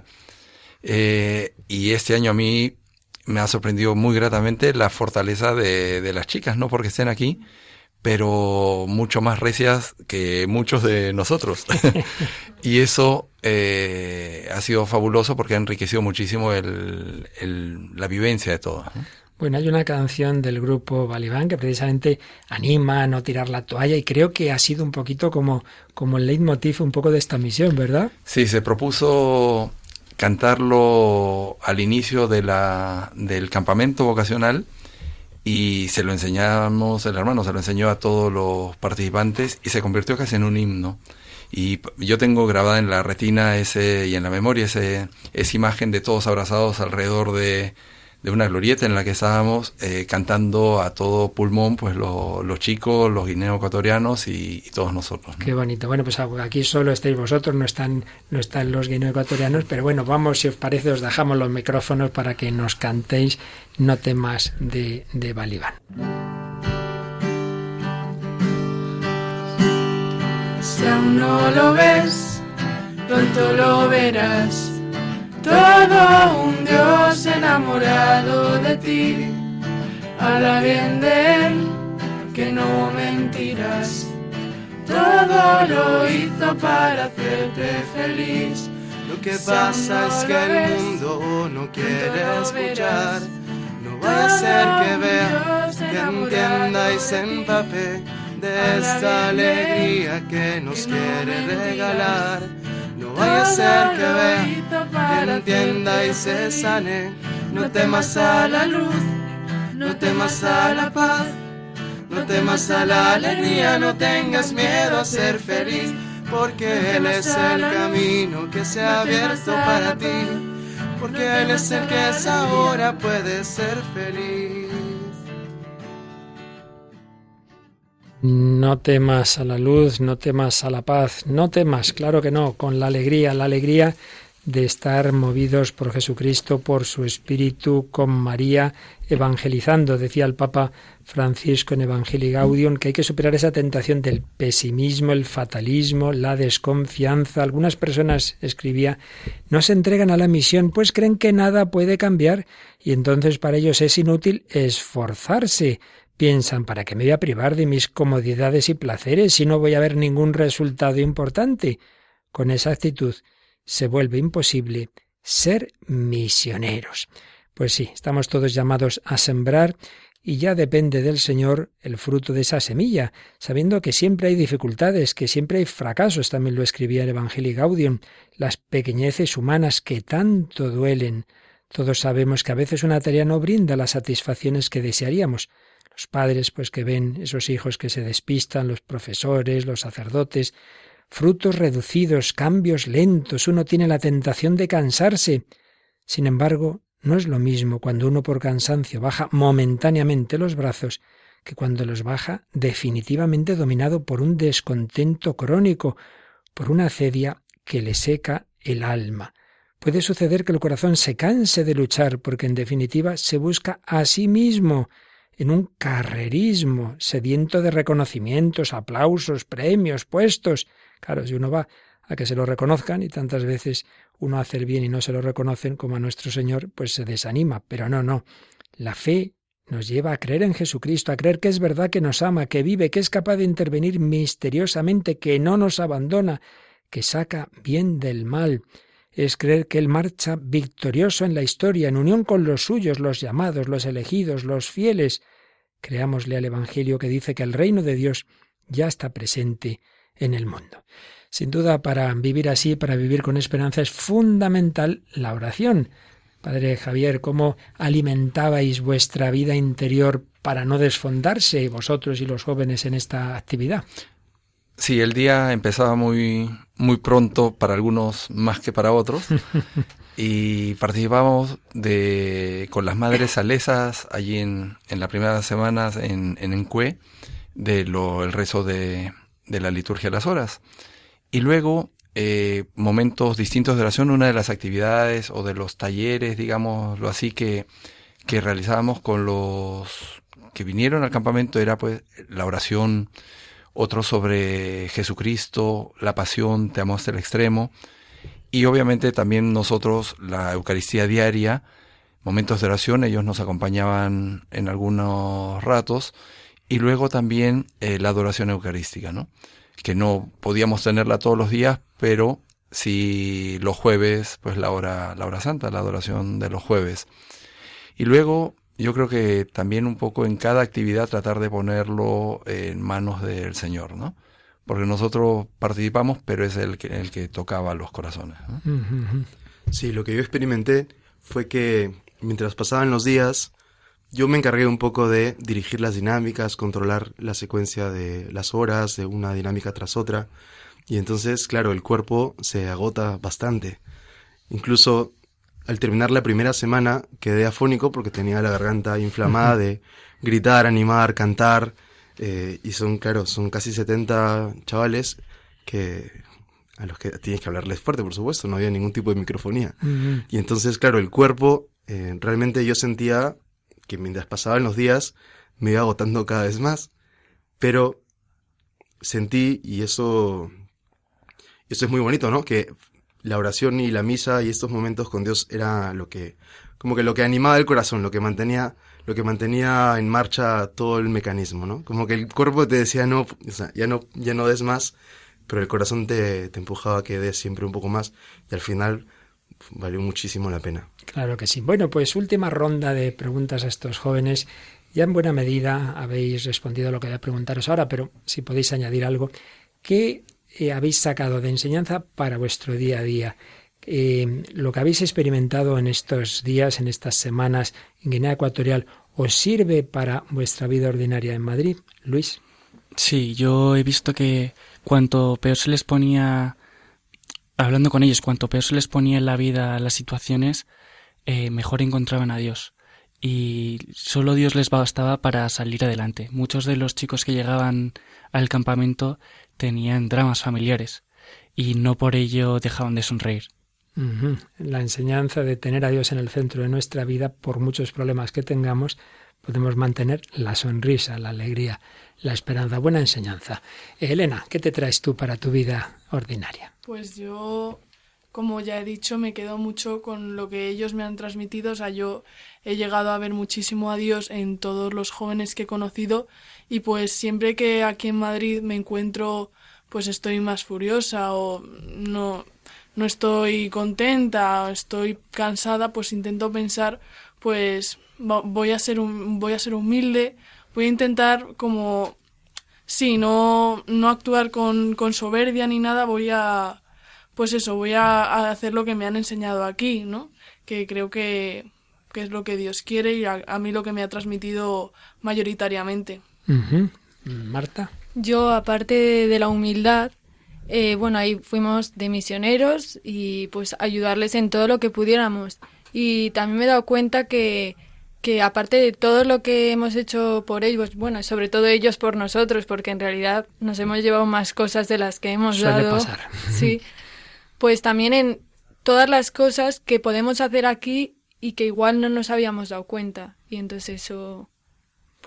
Y este año a mí me ha sorprendido muy gratamente la fortaleza de las chicas, no porque estén aquí, pero mucho más recias que muchos de nosotros. Y eso ha sido fabuloso porque ha enriquecido muchísimo la vivencia de todos, ¿no? Bueno, hay una canción del grupo Balibán que precisamente anima a no tirar la toalla y creo que ha sido un poquito como el leitmotiv un poco de esta misión, ¿verdad? Sí, se propuso cantarlo al inicio del campamento vocacional y se lo enseñamos, el hermano se lo enseñó a todos los participantes y se convirtió casi en un himno. Y yo tengo grabada en la retina y en la memoria esa imagen de todos abrazados alrededor de una glorieta en la que estábamos cantando a todo pulmón, pues los chicos, los guineo-ecuatorianos y todos nosotros, ¿no? Qué bonito. Bueno, pues aquí solo estáis vosotros, no están los guineo-ecuatorianos, pero bueno, vamos, si os parece, os dejamos los micrófonos para que nos cantéis No temas de Balibán. Si aún no lo ves, pronto lo verás. Todo un Dios enamorado de ti. Habla bien de Él, que no mentirás. Todo lo hizo para hacerte feliz. Lo que pasa es que el mundo no quiere escuchar. No vaya a ser que vea, que entienda y se empape de esta alegría que nos quiere regalar. No vaya a ser que vea, que entienda y se sane. No temas a la luz, no temas a la paz, no temas a la alegría, no tengas miedo a ser feliz, porque Él es el camino que se ha abierto para ti, porque Él es el que es ahora, puede ser feliz. No temas a la luz, no temas a la paz, no temas, claro que no, con la alegría de estar movidos por Jesucristo, por su Espíritu, con María, evangelizando. Decía el Papa Francisco en Evangelii Gaudium que hay que superar esa tentación del pesimismo, el fatalismo, la desconfianza. Algunas personas, escribía, no se entregan a la misión, pues creen que nada puede cambiar y entonces para ellos es inútil esforzarse. Piensan, ¿para qué me voy a privar de mis comodidades y placeres si no voy a ver ningún resultado importante? Con esa actitud se vuelve imposible ser misioneros. Pues sí, estamos todos llamados a sembrar y ya depende del Señor el fruto de esa semilla, sabiendo que siempre hay dificultades, que siempre hay fracasos, también lo escribía en Evangelii Gaudium, las pequeñeces humanas que tanto duelen. Todos sabemos que a veces una tarea no brinda las satisfacciones que desearíamos. Los padres, pues que ven esos hijos que se despistan, los profesores, los sacerdotes, frutos reducidos, cambios lentos, uno tiene la tentación de cansarse. Sin embargo, no es lo mismo cuando uno por cansancio baja momentáneamente los brazos que cuando los baja definitivamente dominado por un descontento crónico, por una acedia que le seca el alma. Puede suceder que el corazón se canse de luchar porque en definitiva se busca a sí mismo, en un carrerismo, sediento de reconocimientos, aplausos, premios, puestos. Claro, si uno va a que se lo reconozcan, y tantas veces uno hace el bien y no se lo reconocen, como a nuestro Señor, pues se desanima. Pero no. La fe nos lleva a creer en Jesucristo, a creer que es verdad, que nos ama, que vive, que es capaz de intervenir misteriosamente, que no nos abandona, que saca bien del mal. Es creer que Él marcha victorioso en la historia, en unión con los suyos, los llamados, los elegidos, los fieles. Creámosle al Evangelio que dice que el reino de Dios ya está presente en el mundo. Sin duda, para vivir así, para vivir con esperanza, es fundamental la oración. Padre Javier, ¿cómo alimentabais vuestra vida interior para no desfondarse, vosotros y los jóvenes, en esta actividad? Sí, el día empezaba muy pronto para algunos más que para otros y participábamos con las madres salesas allí en las primeras semanas en Encue el rezo de la liturgia de las horas. Y luego momentos distintos de oración. Una de las actividades o de los talleres, digámoslo así, que realizábamos con los que vinieron al campamento era pues la oración, otro sobre Jesucristo, la pasión, te amo hasta el extremo, y obviamente también nosotros la Eucaristía diaria, momentos de oración. Ellos nos acompañaban en algunos ratos, y luego también la adoración eucarística, ¿no? Que no podíamos tenerla todos los días, pero sí los jueves, pues la hora santa, la adoración de los jueves. Y luego yo creo que también un poco en cada actividad tratar de ponerlo en manos del Señor, ¿no? Porque nosotros participamos, pero es el que tocaba los corazones, ¿no? Sí, lo que yo experimenté fue que mientras pasaban los días, yo me encargué un poco de dirigir las dinámicas, controlar la secuencia de las horas, de una dinámica tras otra. Y entonces, claro, el cuerpo se agota bastante. Incluso al terminar la primera semana quedé afónico porque tenía la garganta inflamada de gritar, animar, cantar. Y son casi 70 chavales a los que tienes que hablarles fuerte, por supuesto. No había ningún tipo de microfonía. Y entonces, claro, el cuerpo, realmente yo sentía que mientras pasaban los días me iba agotando cada vez más, pero sentí, y eso es muy bonito, ¿no? Que la oración y la misa y estos momentos con Dios era lo que animaba el corazón, lo que mantenía en marcha todo el mecanismo, ¿no? Como que el cuerpo te decía no, o sea, ya no des más, pero el corazón te empujaba a que des siempre un poco más, y al final valió muchísimo la pena. Claro que sí. Bueno, pues última ronda de preguntas a estos jóvenes. Ya en buena medida habéis respondido a lo que voy a preguntaros ahora, pero si podéis añadir algo. ¿Qué habéis sacado de enseñanza para vuestro día a día? Lo que habéis experimentado en estos días, en estas semanas en Guinea Ecuatorial, ¿os sirve para vuestra vida ordinaria en Madrid? Luis. Sí, yo he visto que cuanto peor se les ponía, hablando con ellos, cuanto peor se les ponía en la vida las situaciones, mejor encontraban a Dios. Y solo Dios les bastaba para salir adelante. Muchos de los chicos que llegaban al campamento tenían dramas familiares y no por ello dejaban de sonreír. La enseñanza de tener a Dios en el centro de nuestra vida, por muchos problemas que tengamos, podemos mantener la sonrisa, la alegría, la esperanza. Buena enseñanza. Elena, ¿qué te traes tú para tu vida ordinaria? Pues yo, como ya he dicho, me quedo mucho con lo que ellos me han transmitido. O sea, yo he llegado a ver muchísimo a Dios en todos los jóvenes que he conocido, y pues siempre que aquí en Madrid me encuentro, pues estoy más furiosa o no estoy contenta o estoy cansada, pues intento pensar, pues voy a ser humilde, voy a intentar como, sí, no actuar con soberbia ni nada, voy a hacer lo que me han enseñado aquí, ¿no? Que creo que es lo que Dios quiere y a mí lo que me ha transmitido mayoritariamente. Marta. Yo, aparte de la humildad, ahí fuimos de misioneros y pues ayudarles en todo lo que pudiéramos. Y también me he dado cuenta que aparte de todo lo que hemos hecho por ellos, bueno, sobre todo ellos por nosotros, porque en realidad nos hemos llevado más cosas de las que hemos dado. Suele pasar. Sí. Pues también en todas las cosas que podemos hacer aquí y que igual no nos habíamos dado cuenta. Y entonces eso,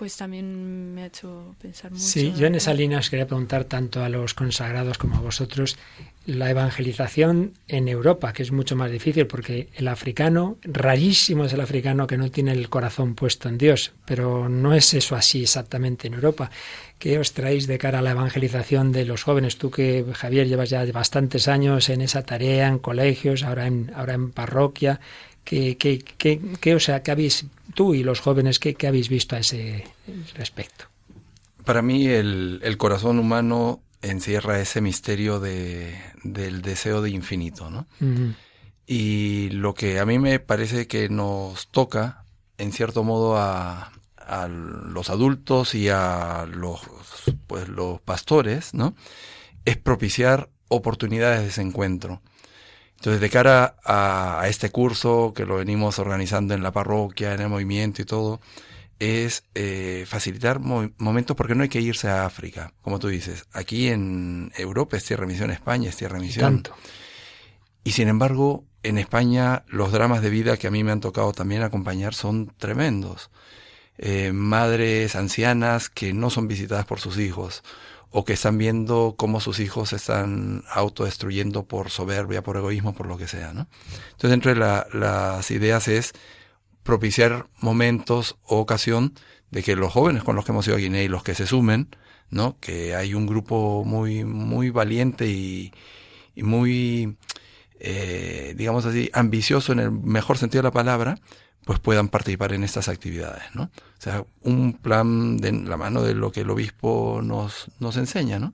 pues también me ha hecho pensar mucho. Sí, yo en esa línea os quería preguntar tanto a los consagrados como a vosotros, la evangelización en Europa, que es mucho más difícil, porque el africano, rarísimo es el africano que no tiene el corazón puesto en Dios, pero no es eso así exactamente en Europa. ¿Qué os traéis de cara a la evangelización de los jóvenes? Tú que, Javier, llevas ya bastantes años en esa tarea, en colegios, ahora en parroquia. ¿Qué habéis, tú y los jóvenes, qué habéis visto a ese respecto? Para mí el corazón humano encierra ese misterio del deseo de infinito, ¿no? Uh-huh. Y lo que a mí me parece que nos toca, en cierto modo, a los adultos y a los pastores, ¿no?, es propiciar oportunidades de ese encuentro. Entonces, de cara a este curso que lo venimos organizando en la parroquia, en el movimiento y todo, es facilitar momentos, porque no hay que irse a África, como tú dices. Aquí en Europa es tierra de misión, España es tierra de misión. Tanto. Y sin embargo, en España los dramas de vida que a mí me han tocado también acompañar son tremendos. Madres ancianas que no son visitadas por sus hijos, o que están viendo cómo sus hijos se están autodestruyendo por soberbia, por egoísmo, por lo que sea, ¿no? Entonces, dentro de las ideas es propiciar momentos o ocasión de que los jóvenes con los que hemos ido a Guinea y los que se sumen, ¿no?, que hay un grupo muy, muy valiente y muy, digamos así, ambicioso en el mejor sentido de la palabra, pues puedan participar en estas actividades, ¿no? O sea, un plan de la mano de lo que el obispo nos enseña, ¿no?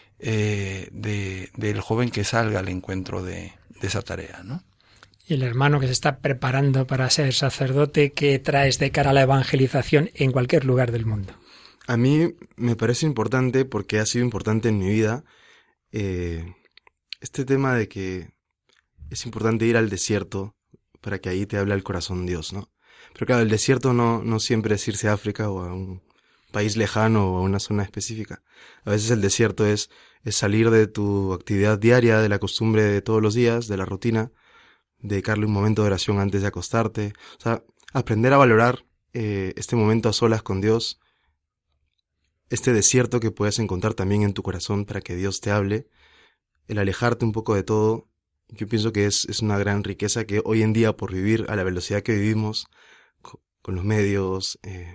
Del joven que salga al encuentro de esa tarea, ¿no? Y el hermano que se está preparando para ser sacerdote, ¿qué traes de cara a la evangelización en cualquier lugar del mundo? A mí me parece importante, porque ha sido importante en mi vida, este tema de que es importante ir al desierto para que ahí te hable el corazón Dios, ¿no? Pero claro, el desierto no siempre es irse a África o a un país lejano o a una zona específica. A veces el desierto es salir de tu actividad diaria, de la costumbre de todos los días, de la rutina, dedicarle un momento de oración antes de acostarte. O sea, aprender a valorar este momento a solas con Dios, este desierto que puedes encontrar también en tu corazón para que Dios te hable, el alejarte un poco de todo. Yo pienso que es una gran riqueza que hoy en día, por vivir a la velocidad que vivimos, con los medios,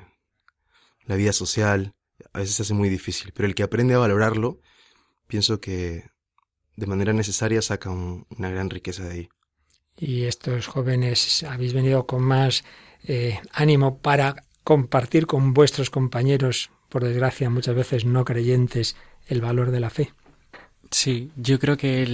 la vida social, a veces se hace muy difícil. Pero el que aprende a valorarlo, pienso que de manera necesaria saca una gran riqueza de ahí. Y estos jóvenes habéis venido con más ánimo para compartir con vuestros compañeros, por desgracia muchas veces no creyentes, el valor de la fe. Sí, yo creo que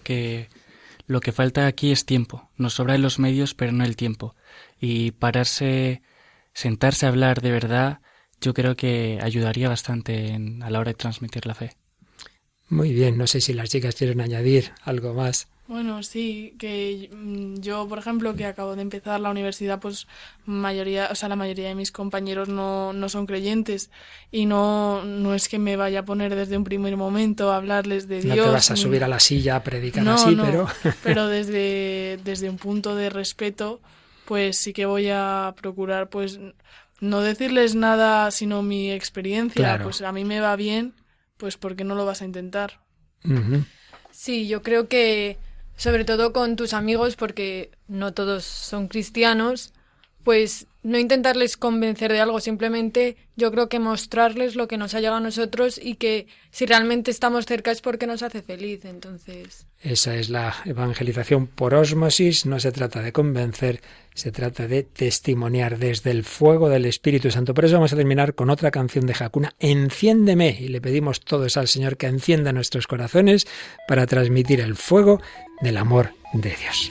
lo que falta aquí es tiempo. Nos sobran los medios, pero no el tiempo. Y sentarse a hablar de verdad, yo creo que ayudaría bastante a la hora de transmitir la fe. Muy bien, no sé si las chicas quieren añadir algo más. Bueno, sí, que yo, por ejemplo, que acabo de empezar la universidad, pues la mayoría de mis compañeros no son creyentes, y no es que me vaya a poner desde un primer momento a hablarles de Dios. No te vas a subir a la silla a predicar pero... pero desde un punto de respeto, pues sí que voy a procurar, pues, no decirles nada sino mi experiencia. Claro. Pues a mí me va bien, pues ¿por qué no lo vas a intentar? Uh-huh. Sí, yo creo que sobre todo con tus amigos, porque no todos son cristianos, pues no intentarles convencer de algo, simplemente yo creo que mostrarles lo que nos ha llegado a nosotros, y que si realmente estamos cerca es porque nos hace feliz. Entonces, esa es la evangelización por ósmosis. No se trata de convencer, se trata de testimoniar desde el fuego del Espíritu Santo. Por eso vamos a terminar con otra canción de Hakuna, Enciéndeme, y le pedimos todos al Señor que encienda nuestros corazones para transmitir el fuego del amor de Dios.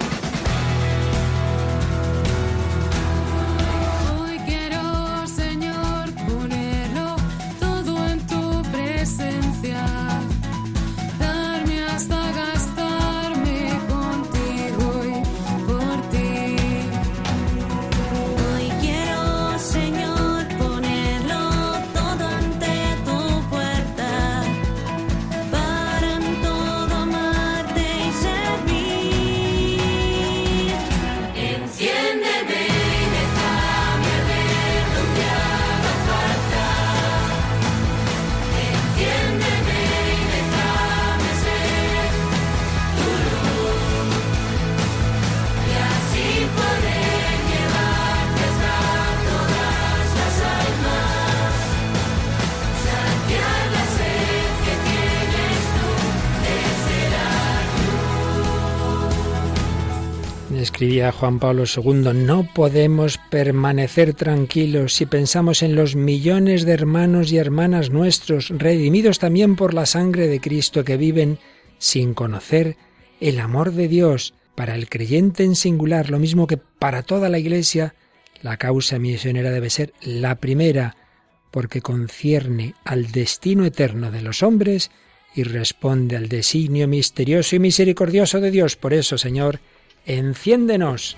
Para en todo amarte y servir. escribía Juan Pablo II, no podemos permanecer tranquilos si pensamos en los millones de hermanos y hermanas nuestros, redimidos también por la sangre de Cristo, que viven sin conocer el amor de Dios. Para el creyente en singular, lo mismo que para toda la Iglesia, la causa misionera debe ser la primera, porque concierne al destino eterno de los hombres y responde al designio misterioso y misericordioso de Dios. Por eso, Señor, enciéndenos.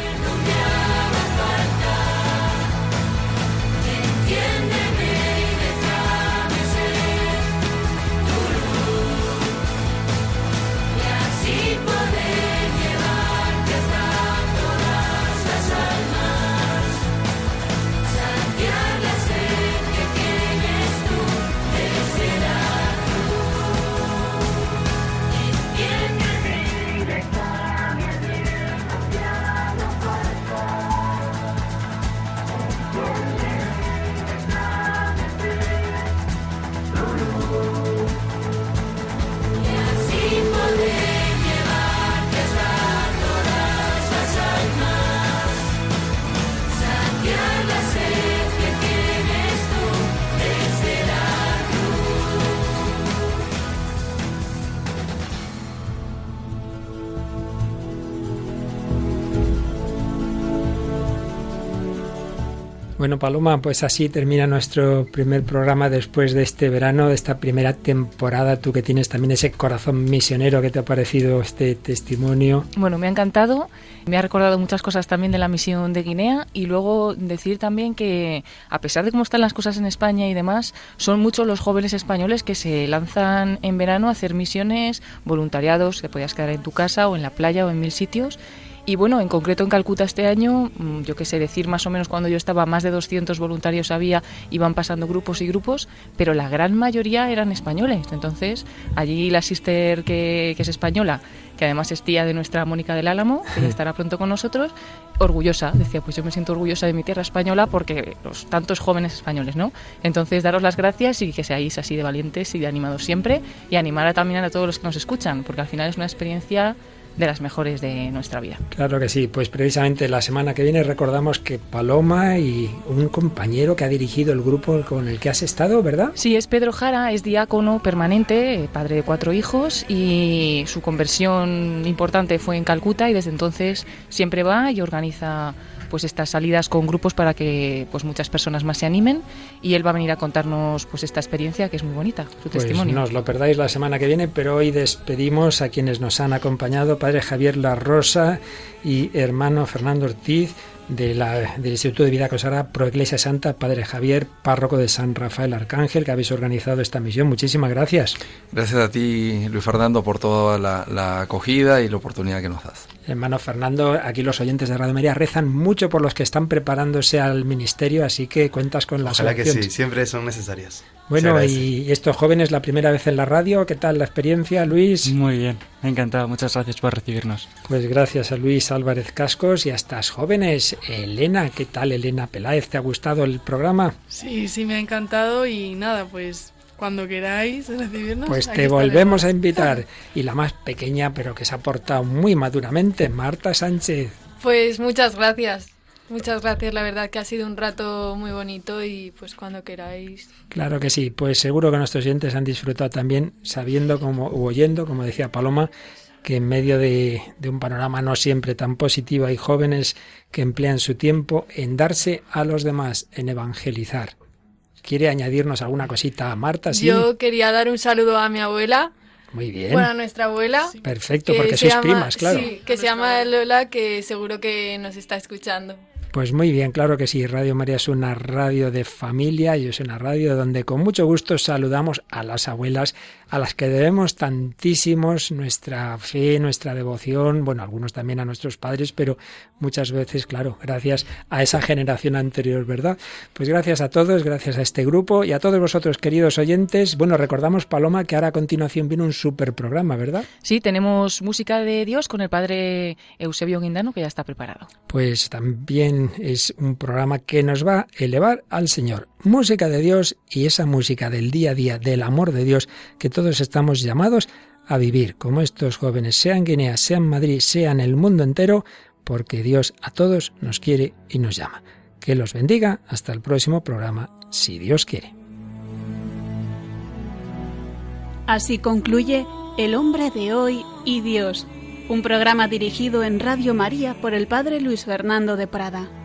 Bueno, Paloma, pues así termina nuestro primer programa después de este verano, de esta primera temporada. Tú que tienes también ese corazón misionero, ¿qué te ha parecido este testimonio? Bueno, me ha encantado, me ha recordado muchas cosas también de la misión de Guinea, y luego decir también que, a pesar de cómo están las cosas en España y demás, son muchos los jóvenes españoles que se lanzan en verano a hacer misiones, voluntariados, que podías quedar en tu casa o en la playa o en 1000 sitios. Y bueno, en concreto en Calcuta este año, yo qué sé decir, más o menos cuando yo estaba, más de 200 voluntarios había, iban pasando grupos y grupos, pero la gran mayoría eran españoles. Entonces, allí la sister que es española, que además es tía de nuestra Mónica del Álamo, que ya estará pronto con nosotros, orgullosa, decía, pues yo me siento orgullosa de mi tierra española porque los tantos jóvenes españoles, ¿no? Entonces, daros las gracias y que seáis así de valientes y de animados siempre, y animar también a todos los que nos escuchan, porque al final es una experiencia de las mejores de nuestra vida. Claro que sí, pues precisamente la semana que viene recordamos que Paloma y un compañero que ha dirigido el grupo con el que has estado, ¿verdad? Sí, es Pedro Jara, es diácono permanente, padre de 4 hijos, y su conversión importante fue en Calcuta, y desde entonces siempre va y organiza pues estas salidas con grupos para que pues muchas personas más se animen, y él va a venir a contarnos pues esta experiencia que es muy bonita, su testimonio. No os lo perdáis la semana que viene, pero hoy despedimos a quienes nos han acompañado, padre Javier La Rosa y hermano Fernando Ortiz del Instituto de Vida Consagrada Pro Iglesia Santa. Padre Javier, párroco de San Rafael Arcángel, que habéis organizado esta misión. Muchísimas gracias. Gracias a ti, Luis Fernando, por toda la acogida y la oportunidad que nos das. Hermano Fernando, aquí los oyentes de Radio María rezan mucho por los que están preparándose al ministerio, así que cuentas con las oraciones. Ojalá que sí, siempre son necesarias. Bueno, y estos jóvenes, la primera vez en la radio, ¿qué tal la experiencia, Luis? Muy bien, encantado, muchas gracias por recibirnos. Pues gracias a Luis Álvarez Cascos y a estas jóvenes. Elena, ¿qué tal, Elena Peláez? ¿Te ha gustado el programa? Sí, me ha encantado, y nada, pues cuando queráis recibirnos, pues te volvemos a invitar. Y la más pequeña, pero que se ha portado muy maduramente, Marta Sánchez. Pues muchas gracias. Muchas gracias, la verdad que ha sido un rato muy bonito, y pues cuando queráis. Claro que sí, pues seguro que nuestros oyentes han disfrutado también sabiendo u oyendo, como decía Paloma, que en medio de un panorama no siempre tan positivo hay jóvenes que emplean su tiempo en darse a los demás, en evangelizar. ¿Quiere añadirnos alguna cosita, Marta? ¿Sí? Yo quería dar un saludo a mi abuela. Muy bien. Bueno, a nuestra abuela. Sí. Perfecto, porque sois primas, claro. Sí, que se llama Lola, que seguro que nos está escuchando. Pues muy bien, claro que sí. Radio María es una radio de familia y es una radio donde con mucho gusto saludamos a las abuelas, a las que debemos tantísimos nuestra fe, nuestra devoción, bueno, algunos también a nuestros padres, pero muchas veces, claro, gracias a esa generación anterior, ¿verdad? Pues gracias a todos, gracias a este grupo y a todos vosotros, queridos oyentes. Bueno, recordamos, Paloma, que ahora a continuación viene un súper programa, ¿verdad? Sí, tenemos música de Dios con el padre Eusebio Guindano, que ya está preparado. Pues también es un programa que nos va a elevar al Señor. Música de Dios, y esa música del día a día, del amor de Dios, que todos estamos llamados a vivir, como estos jóvenes, sea en Guinea, sea en Madrid, sea en el mundo entero. porque Dios a todos nos quiere y nos llama. Que los bendiga. Hasta el próximo programa, si Dios quiere. Así concluye El hombre de hoy y Dios, un programa dirigido en Radio María por el Padre Luis Fernando de Prada.